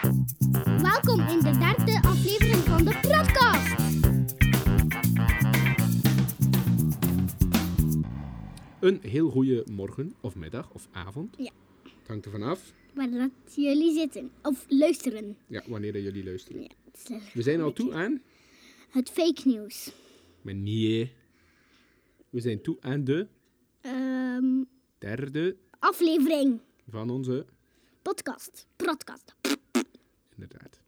Welkom in de derde aflevering van de podcast. Een heel goede morgen, of middag, of avond. Ja. Het hangt ervan af. Waar dat jullie zitten, of luisteren. Ja, wanneer dat jullie luisteren. Ja, het is We zijn al toe aan... het fake nieuws. Maar nee. We zijn toe aan de derde Aflevering. van onze... Podcast. Inderdaad.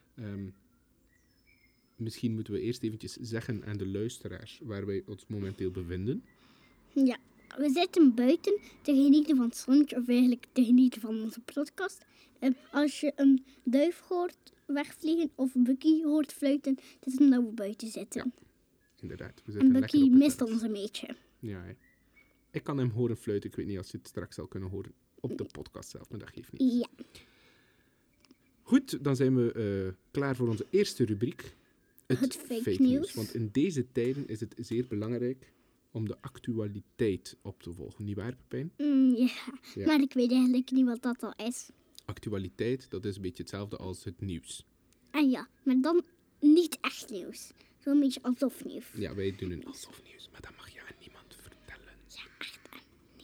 Misschien moeten we eerst eventjes zeggen aan de luisteraars waar wij ons momenteel bevinden. Ja, we zitten buiten te genieten van het zonnetje, of eigenlijk te genieten van onze podcast. Als je een duif hoort wegvliegen of Bucky hoort fluiten, dat is omdat we buiten zitten. Ja, inderdaad. We En zitten lekker Bucky op het mist terras. ons een beetje. Ja, hè. Ik kan hem horen fluiten. Ik weet niet als je het straks zal kunnen horen op de podcast zelf, maar dat geeft niet. Ja. Goed, dan zijn we klaar voor onze eerste rubriek. Het fake nieuws. Want in deze tijden is het zeer belangrijk om de actualiteit op te volgen. Niet waar, Pepijn? Ja, Ja. maar ik weet eigenlijk niet wat dat al is. Actualiteit, dat is een beetje hetzelfde als het nieuws. En ja, maar dan niet echt nieuws. Zo'n beetje alsof nieuws. Ja, wij doen een alsof nieuws, maar dat mag je aan niemand vertellen. Ja, echt aan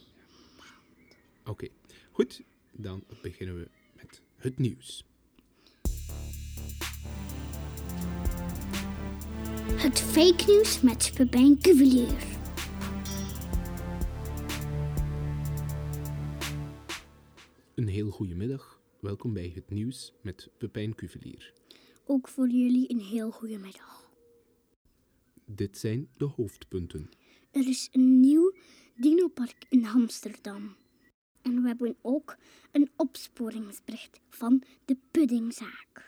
Oké, goed. Dan beginnen we met het nieuws. het fake nieuws met Pepijn Cuvelier. Een heel goede middag. Welkom bij het nieuws met Pepijn Cuvelier. Ook voor jullie een heel goede middag. Dit zijn de hoofdpunten. Er is een nieuw dinopark in Amsterdam. En we hebben ook een opsporingsbericht van de puddingzaak.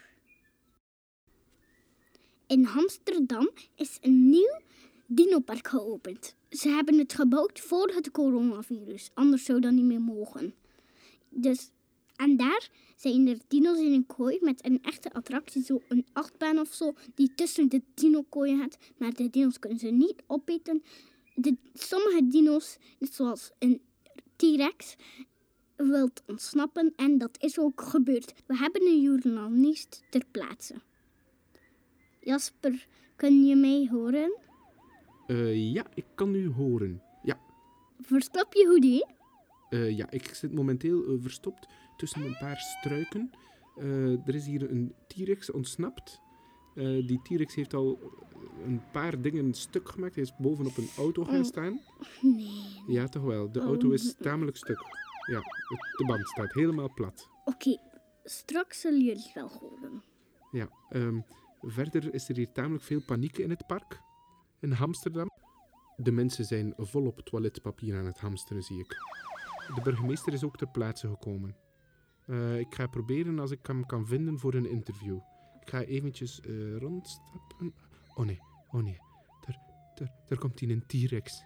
In Amsterdam is een nieuw dinopark geopend. Ze hebben het gebouwd voor het coronavirus, anders zou dat niet meer mogen. En daar zijn er dino's in een kooi met een echte attractie, zo een achtbaan of zo, die tussen de dinokooien gaat. Maar de dino's kunnen ze niet opeten. Sommige dino's, net zoals een T-Rex, wil ontsnappen en dat is ook gebeurd. We hebben een journalist ter plaatse. Jasper, kun je mij horen? Ja, ik kan u horen. Ja, Verstop je goed, hè? ja, ik zit momenteel verstopt tussen een paar struiken. Er is hier een T-Rex ontsnapt. Die T-Rex heeft al een paar dingen stuk gemaakt. Hij is bovenop een auto gaan staan. Nee. Ja, toch wel. De auto is tamelijk stuk. Ja, de band staat helemaal plat. Oké, straks zullen jullie het wel horen. Ja, verder is er hier tamelijk veel paniek in het park. In Amsterdam. De mensen zijn volop toiletpapier aan het hamsteren, zie ik. De burgemeester is ook ter plaatse gekomen. Ik ga proberen als ik hem kan vinden voor een interview. Ik ga eventjes rondstappen. Oh nee. Daar komt hij een T-Rex.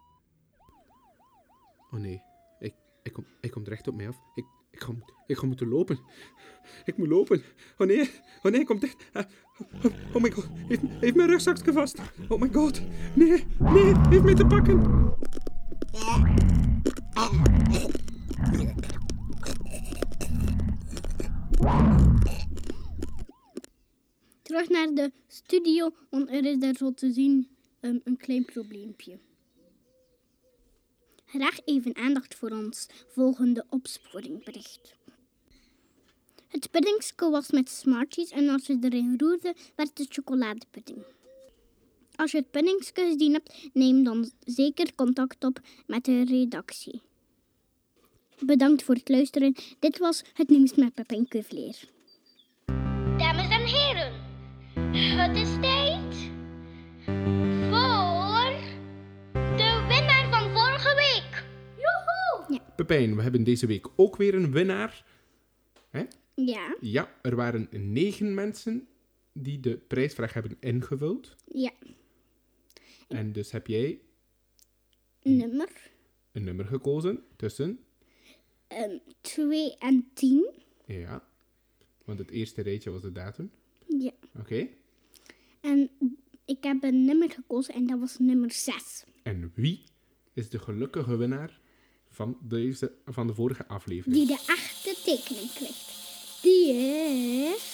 Oh nee, hij komt recht op mij af. Ik ga moeten lopen. Ik moet lopen. Oh nee, hij komt echt. Oh my god, hij heeft mijn rugzakje vast. Oh my god, nee, hij heeft mij te pakken. Terug naar de studio, want er is daar zo te zien een klein probleempje. Graag even aandacht voor ons volgende opsporingbericht. Het puddingske was met Smarties en als je erin roerde, werd het chocoladepudding. Als je het puddingske gezien hebt, neem dan zeker contact op met de redactie. Bedankt voor het luisteren. Dit was het nieuws met Pepijn Cuvelier. Dames en heren, het is tijd voor de winnaar van vorige week. Joehoe! Ja. Pepijn, we hebben deze week ook weer een winnaar. Hè? Ja. Ja, er waren 9 mensen die de prijsvraag hebben ingevuld. Ja. En dus heb jij Nummer een nummer gekozen tussen... 2 en 10. Ja, want het eerste rijtje was de datum. Ja. Oké. En ik heb een nummer gekozen en dat was nummer 6. En wie is de gelukkige winnaar van de vorige aflevering? Die de echte tekening krijgt. Die is...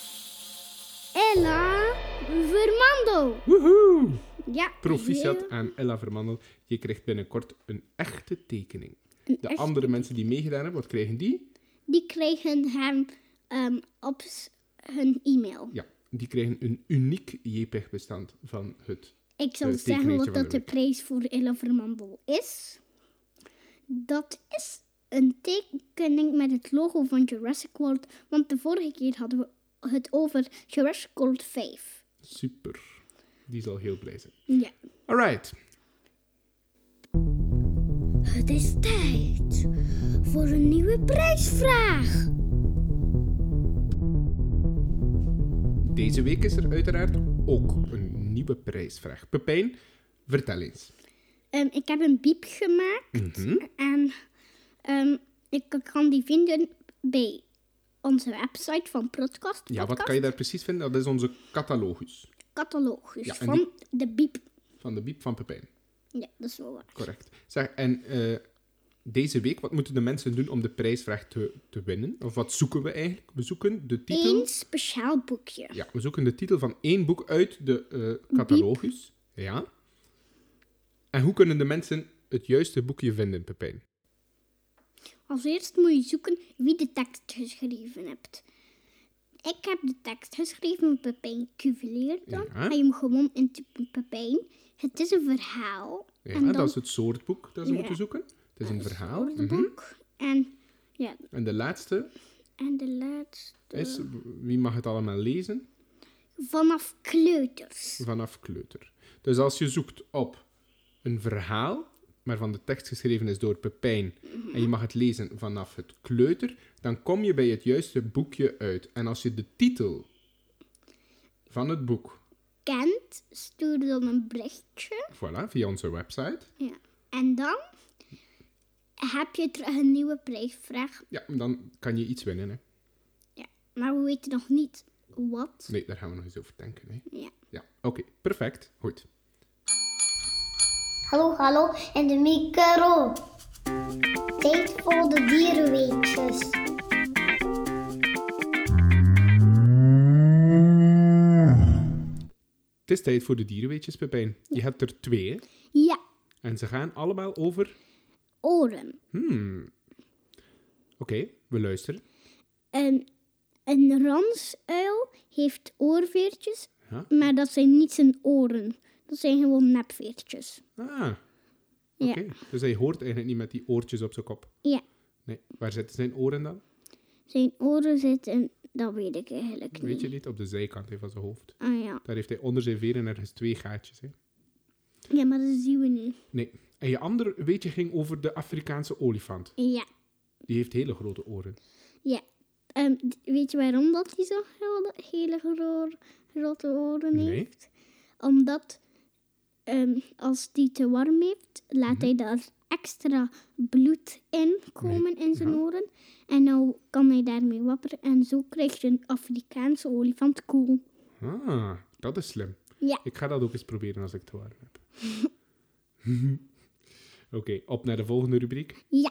Ella Vermando. Woehoe! Ja. Proficiat aan Ella Vermandel. Je krijgt binnenkort een echte tekening. De andere mensen die meegedaan hebben, wat krijgen die? Die kregen hem op hun e-mail. Ja, die krijgen een uniek JPEG-bestand van het Ik zal zeggen tekeningetje wat van dat de week. prijs voor Ella Vermandel is. Dat is een tekening met het logo van Jurassic World. Want de vorige keer hadden we het over Jurassic World 5. Super. Die zal heel blij zijn. Ja. Alright. Het is tijd voor een nieuwe prijsvraag. Deze week is er uiteraard ook een nieuwe prijsvraag. Pepijn, vertel eens. Ik heb een biep gemaakt. En ik kan die vinden bij onze website van Podcast. Ja, wat kan je daar precies vinden? Dat is onze catalogus. Catalogus Ja, en van de biep. Van de biep van Pepijn. Ja, dat is wel waar. Correct. Zeg, en deze week, wat moeten de mensen doen om de prijsvraag te winnen? Of wat zoeken we eigenlijk? We zoeken de titel... Eén speciaal boekje. Ja, we zoeken de titel van 1 boek uit de catalogus. Ja. En hoe kunnen de mensen het juiste boekje vinden, Pepijn? Als eerst moet je zoeken wie de tekst geschreven hebt. Ik heb de tekst geschreven met Pepijn Cuvelier dan. Ja. En je moet gewoon intypen Pepijn. Het is een verhaal. Ja, en dan dat is het soort boek dat ze Ja. moeten zoeken. Het is een verhaal. het boek. En ja, En de laatste en de laatste... is, wie mag het allemaal lezen? Vanaf kleuters. Vanaf kleuter. Dus als je zoekt op een verhaal, waarvan de tekst geschreven is door Pepijn, en je mag het lezen vanaf het kleuter, dan kom je bij het juiste boekje uit. En als je de titel van het boek, Kent, stuur dan een berichtje. voilà, via onze website, Ja. En dan heb je terug een nieuwe prijsvraag. ja, dan kan je iets winnen. Hè. Ja. Maar we weten nog niet wat. Nee, daar gaan we nog eens over denken. Hè. Ja. Ja, oké, perfect. Goed. Hallo, en de micro. Tijd voor de dierenweetjes. Het is tijd voor de dierenweetjes, Pepijn. Je hebt er 2, hè? Ja, En ze gaan allemaal over... oren. Oké, we luisteren. Een ransuil heeft oorveertjes, Ja. maar dat zijn niet zijn oren. Dat zijn gewoon nepveertjes. Ah, Ja. oké. Dus hij hoort eigenlijk niet met die oortjes op zijn kop. Ja, Nee, waar zitten zijn oren dan? zijn oren zitten, dat weet ik eigenlijk Weet niet. je niet? Op de zijkant hè, van zijn hoofd. Ah ja. Daar heeft hij onder zijn veren ergens 2 gaatjes. Hè. Ja, maar dat zien we niet. Nee. En je andere weetje ging over de Afrikaanse olifant. Ja, Die heeft hele grote oren. ja. Weet je waarom dat hij zo hele grote oren Nee. heeft? Omdat als die te warm heeft, laat hij daar extra bloed in komen in zijn oren. En nou kan hij daarmee wapperen. En zo krijg je een Afrikaanse olifant koel. Ah, dat is slim. Ja. Ik ga dat ook eens proberen als ik te warm heb. Oké, op naar de volgende rubriek. Ja.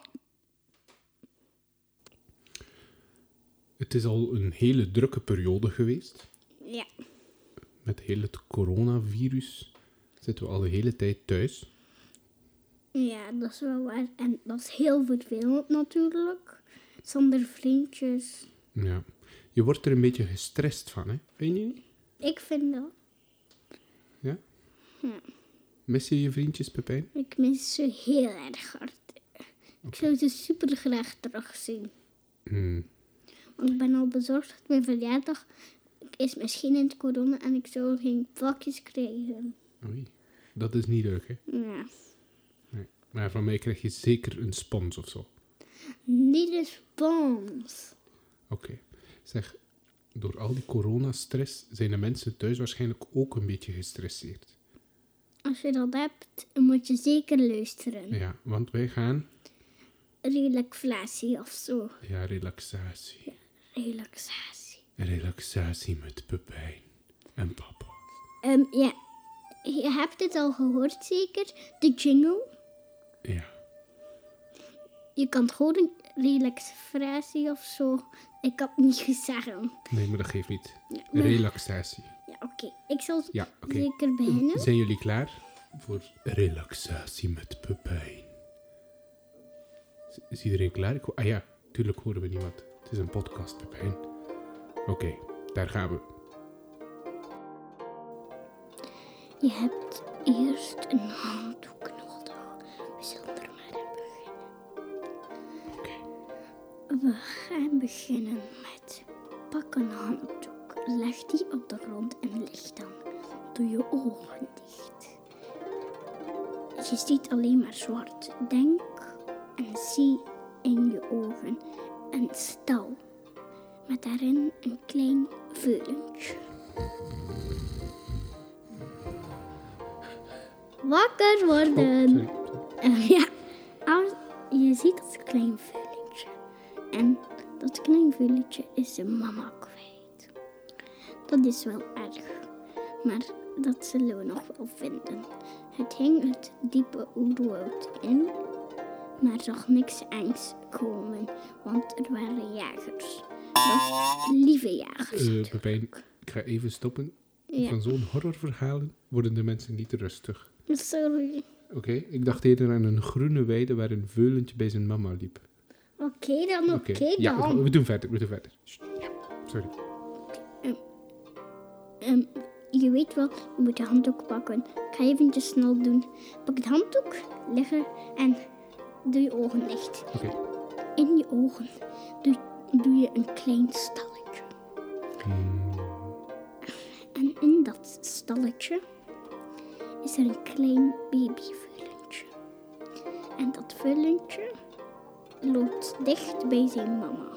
Het is al een hele drukke periode geweest. Ja. Met heel het coronavirus zitten we al de hele tijd thuis. Ja, dat is wel waar. En dat is heel vervelend natuurlijk. Zonder vriendjes. Ja. Je wordt er een beetje gestrest van, hè? Vind je niet? Ik vind dat. Ja? Mis je je vriendjes, Pepijn? Ik mis ze heel erg hard. Ik zou ze super graag terugzien. Want ik ben al bezorgd dat mijn verjaardag is misschien in het corona en ik zou geen pakjes krijgen. Oei, dat is niet leuk, hè? Ja. Nee. Maar van mij krijg je zeker een spons of zo. Niet de spons. Oké. Zeg, door al die coronastress zijn de mensen thuis waarschijnlijk ook een beetje gestresseerd. Als je dat hebt, moet je zeker luisteren. Ja, want wij gaan... Relaxatie of zo. Ja, relaxatie. Relaxatie. Relaxatie met Pepijn en papa. Ja, je hebt het al gehoord zeker, de jingle. Ja. Je kan het horen relaxatie of zo. Ik had het niet gezegd. Nee, maar dat geeft niet. Ja, maar- Relaxatie. Ja, oké. Ik zal Ja, oké. zeker beginnen. Zijn jullie klaar voor relaxatie met Pepijn? Is iedereen klaar? Ah ja, tuurlijk horen we niemand. Het is een podcast, Pepijn. Oké, daar gaan we. Je hebt eerst een handdoek nodig. We zullen er maar aan beginnen. Oké. We gaan beginnen met pak een handdoek. Leg die op de grond en leg dan. Doe je ogen dicht. Je ziet alleen maar zwart. Denk en zie in je ogen een stal. Met daarin een klein veulentje. Wakker worden. Sorry. Ja, je ziet dat klein vulletje. En dat klein vulletje is de mama kwijt. Dat is wel erg. Maar dat zullen we nog wel vinden. Het hing het diepe oerwoud in. Maar zag niks engs komen. Want er waren jagers. Dat lieve jagers. Pepijn, ik ga even stoppen. Ja. Van zo'n horrorverhalen worden de mensen niet rustig. Sorry. Oké, ik dacht eerder aan een groene weide waar een veulentje bij zijn mama liep. Oké dan. Ja, we doen verder. Sst, ja, sorry. Je weet wel, je moet de handdoek pakken. Ik ga eventjes snel doen. Pak het handdoek, leggen en doe je ogen dicht. Oké. In je ogen doe je een klein stalletje. En in dat stalletje is er een klein babyvullentje. En dat vullentje loopt dicht bij zijn mama.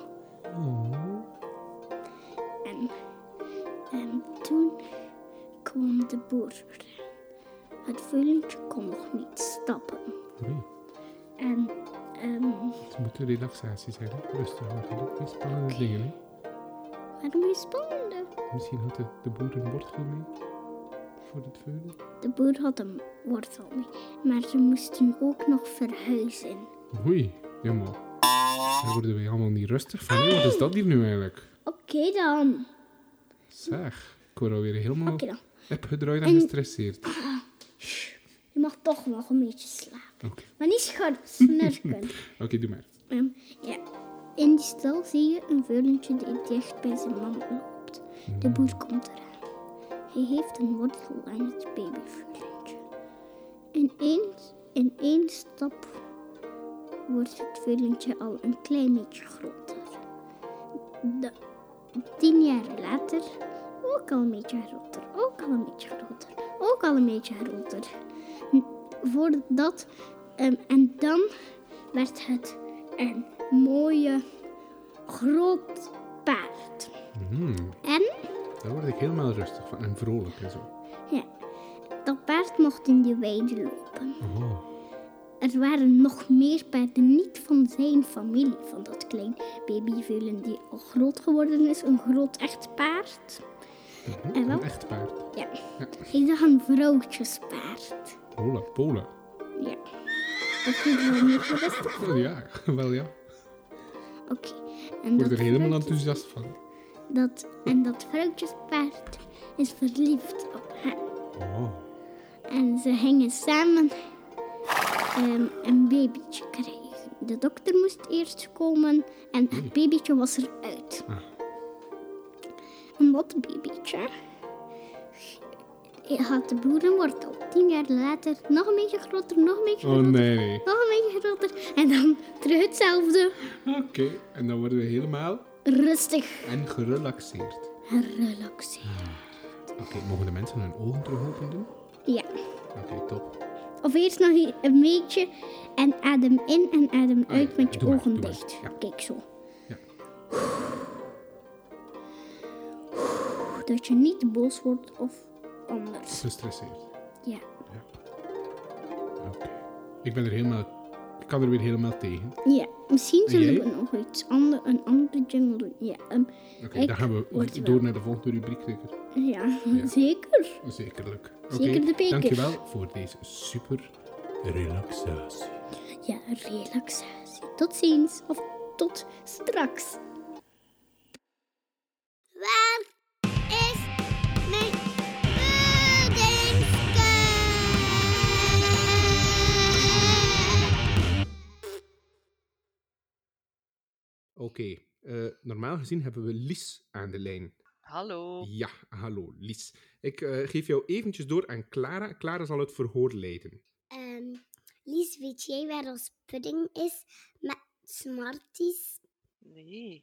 En toen kwam de boer eraan. Het vullentje kon nog niet stappen. Oei. En Het moet een relaxatie zijn, hè? Rustig worden. Geen spannende dingen, hè? waarom is het spannende? Misschien had de boer een wortel mee voor het veulen. De boer had een wortel mee, maar ze moesten ook nog verhuizen. Oei, jammer. Daar worden we allemaal niet rustig van. Hè? Wat is dat hier nu eigenlijk? Oké dan. Zeg, ik word alweer helemaal Oké dan. opgedraaid en gestresseerd. Je mag toch nog een beetje slapen. Oké, Maar niet snurken. Oké, doe maar. Ja. In die stal zie je een veulentje die dicht bij zijn mama loopt. De boer komt eraan. Hij heeft een wortel aan het babyveulentje. In één stap wordt het veulentje al een klein beetje groter. 10 jaar later ook al een beetje groter, ook al een beetje groter, ook al een beetje groter. Voordat, en dan werd het een mooie groot paard. En Daar word ik helemaal rustig van en vrolijk en zo. ja, dat paard mocht in de weide lopen. Oh. Er waren nog meer paarden, niet van zijn familie, van dat klein babyveulen die al groot geworden is. Een groot echt paard. En wel? Een echt paard. Ja. Hij zag een vrouwtjespaard. Pola. Ja. Dat vind je wel niet rustig. Wel ja, wel ja. Oké. Ik word er helemaal enthousiast van. Dat vrouwtjespaard is verliefd op hem. Oh. En ze gingen samen een babytje krijgen. De dokter moest eerst komen en het babytje was eruit. Ah. En dat babytje had de boer een wortel. 10 jaar later nog een beetje groter, nog een beetje Oh groter. nee. Nog een beetje groter. En dan terug hetzelfde. Oké, en dan worden we helemaal Rustig en gerelaxeerd. en relaxeerd. Oké, mogen de mensen hun ogen terug open doen? Ja. Oké, top. Of eerst nog een beetje en adem in en adem uit ja, met je doe maar, ogen doe maar. dicht. Ja. Kijk zo. Ja. Dat je niet boos wordt of anders. Gestresseerd. Ja. Oké. Ik kan er weer helemaal tegen. Ja, misschien En zullen jij? we nog een andere jingle doen. Ja, Oké, Ik dan gaan we word wel. door naar de volgende rubriek zeker. ja, zeker. Zekerlijk. Zeker de beker. Dankjewel voor deze super relaxatie. Ja, relaxatie. Tot ziens. Of tot straks. Waar is mijn puddingske? Oké, normaal gezien hebben we Lies aan de lijn. Hallo. Ja, hallo Lies. Ik geef jou eventjes door aan Clara. Clara zal het verhoor leiden. Lies, weet jij waar ons pudding is met Smarties? Nee,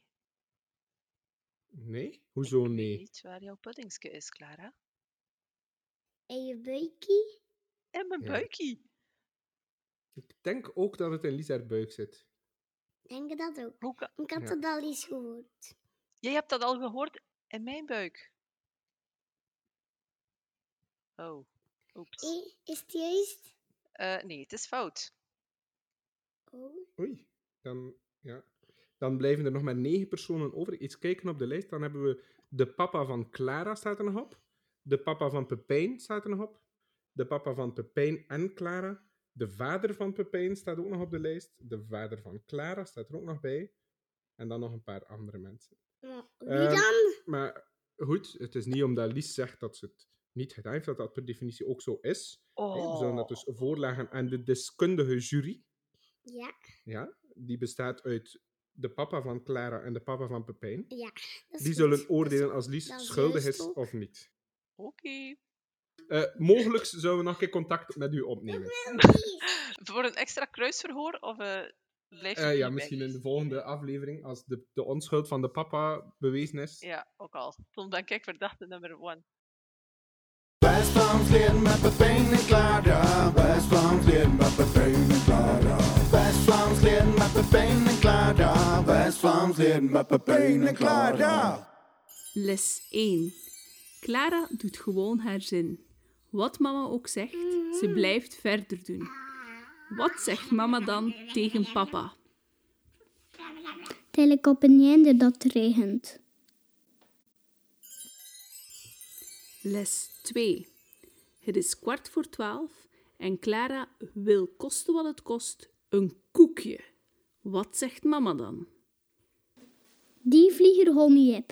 Nee? Hoezo ik weet nee? niet waar jouw puddingske is, Clara. En je buikie? En mijn Ja. buikie. Ik denk ook dat het in Lies haar buik zit. Denk je dat ook? Hoe kan- Ik had Ja. het al eens gehoord. Jij hebt dat al gehoord in mijn buik. Oh, oeps. Is het juist? Nee, het is fout. Oh. Oei, dan blijven er nog maar 9 personen over. Eens kijken op de lijst. Dan hebben we de papa van Clara staat er nog op. De papa van Pepijn staat er nog op. De papa van Pepijn en Clara. De vader van Pepijn staat ook nog op de lijst. De vader van Clara staat er ook nog bij. En dan nog een paar andere mensen. Maar wie Ehm, dan? Maar goed, het is niet omdat Lies zegt dat ze het niet gedaan heeft, dat dat per definitie ook zo is. We zullen dat dus voorleggen aan de deskundige jury. Ja, Ja, die bestaat uit de papa van Clara en de papa van Pepijn. ja. Dat is Die goed. zullen oordelen als Lies dat is schuldig juist is ook. of niet. Oké. Mogelijk zouden we nog een keer contact met u opnemen. Voor een extra kruisverhoor of blijf je Ja, hierbij? misschien in de volgende aflevering, als de onschuld van de papa bewezen is. Ja, ook al. Toen ben ik verdachte nummer 1. West-Vlaams leren met Pepijn en Clara. West-Vlaams leren met Pepijn en Clara. West-Vlaams leren met Pepijn en Clara. West-Vlaams leren met Pepijn en Clara. Les 1. Clara doet gewoon haar zin. Wat mama ook zegt, ze blijft verder doen. Wat zegt mama dan tegen papa? Tel ik op een einde dat het regent. Les 2. Het is 11:15 en Clara wil koste wat het kost een koekje. Wat zegt mama dan? Die vlieger hol niet op.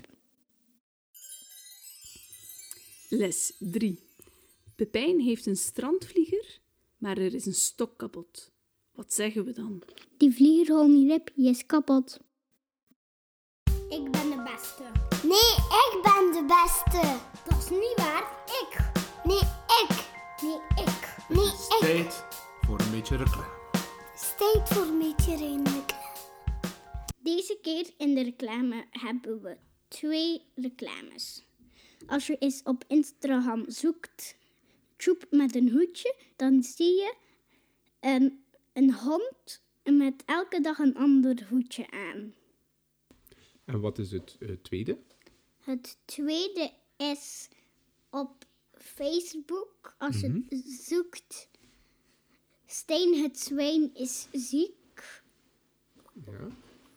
Les 3. Pepijn heeft een strandvlieger, maar er is een stok kapot. Wat zeggen we dan? Die vlieger hol niet op, je is kapot. Ik ben de beste. Nee, ik ben de beste. Dat is niet waar. Ik. Nee, ik. Nee, ik. Nee, ik. Tijd voor een beetje reclame. Het is tijd voor een beetje redelijk. Deze keer in de reclame hebben we 2 reclames. Als je eens op Instagram zoekt, Troep met een hoedje, dan zie je een hond met elke dag een ander hoedje aan. En wat is het tweede? Het tweede is op Facebook. Als je zoekt, Steen het zwijn is ziek. Ja.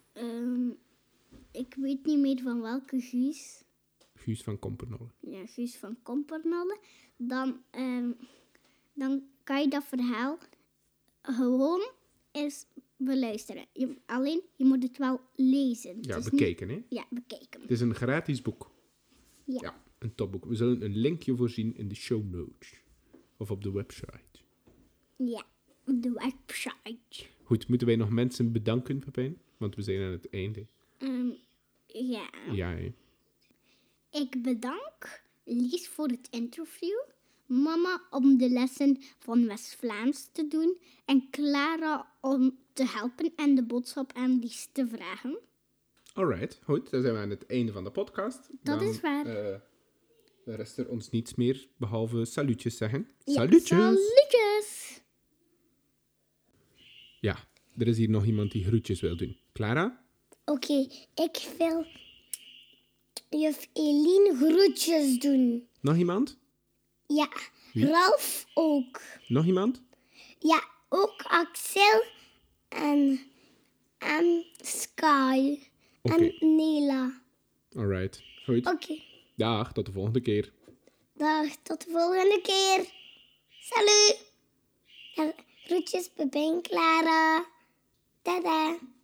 Ik weet niet meer van welke Guus. Guus van Kompernolle. Ja, Guus van Kompernolle. Dan kan je dat verhaal gewoon eens beluisteren. Alleen, je moet het wel lezen. Ja, Het is bekijken, hè? niet- Ja, bekijken. Het is een gratis boek. Ja. Een topboek. We zullen een linkje voorzien in de show notes. Of op de website. Ja, op de website. Goed, moeten wij nog mensen bedanken, Pepijn? Want we zijn aan het einde. Ja. Ja, hè. Ik bedank Lies voor het interview, mama om de lessen van West-Vlaams te doen en Clara om te helpen en de boodschap aan Lies te vragen. Alright, goed. Dan zijn we aan het einde van de podcast. Dat Dan, is waar. Dan rest er ons niets meer behalve salutjes zeggen. Ja, Salutjes! salutjes! Ja, er is hier nog iemand die groetjes wil doen. Clara? Oké, ik wil juf Eline groetjes doen. Nog iemand? Ja, Ralf ook. Nog iemand? Ja, ook Axel en Sky Oké. en Nela. Alright, goed. Oké, Dag, tot de volgende keer. dag, tot de volgende keer. Salut. Ja, groetjes, Pepijn, Clara. Tada.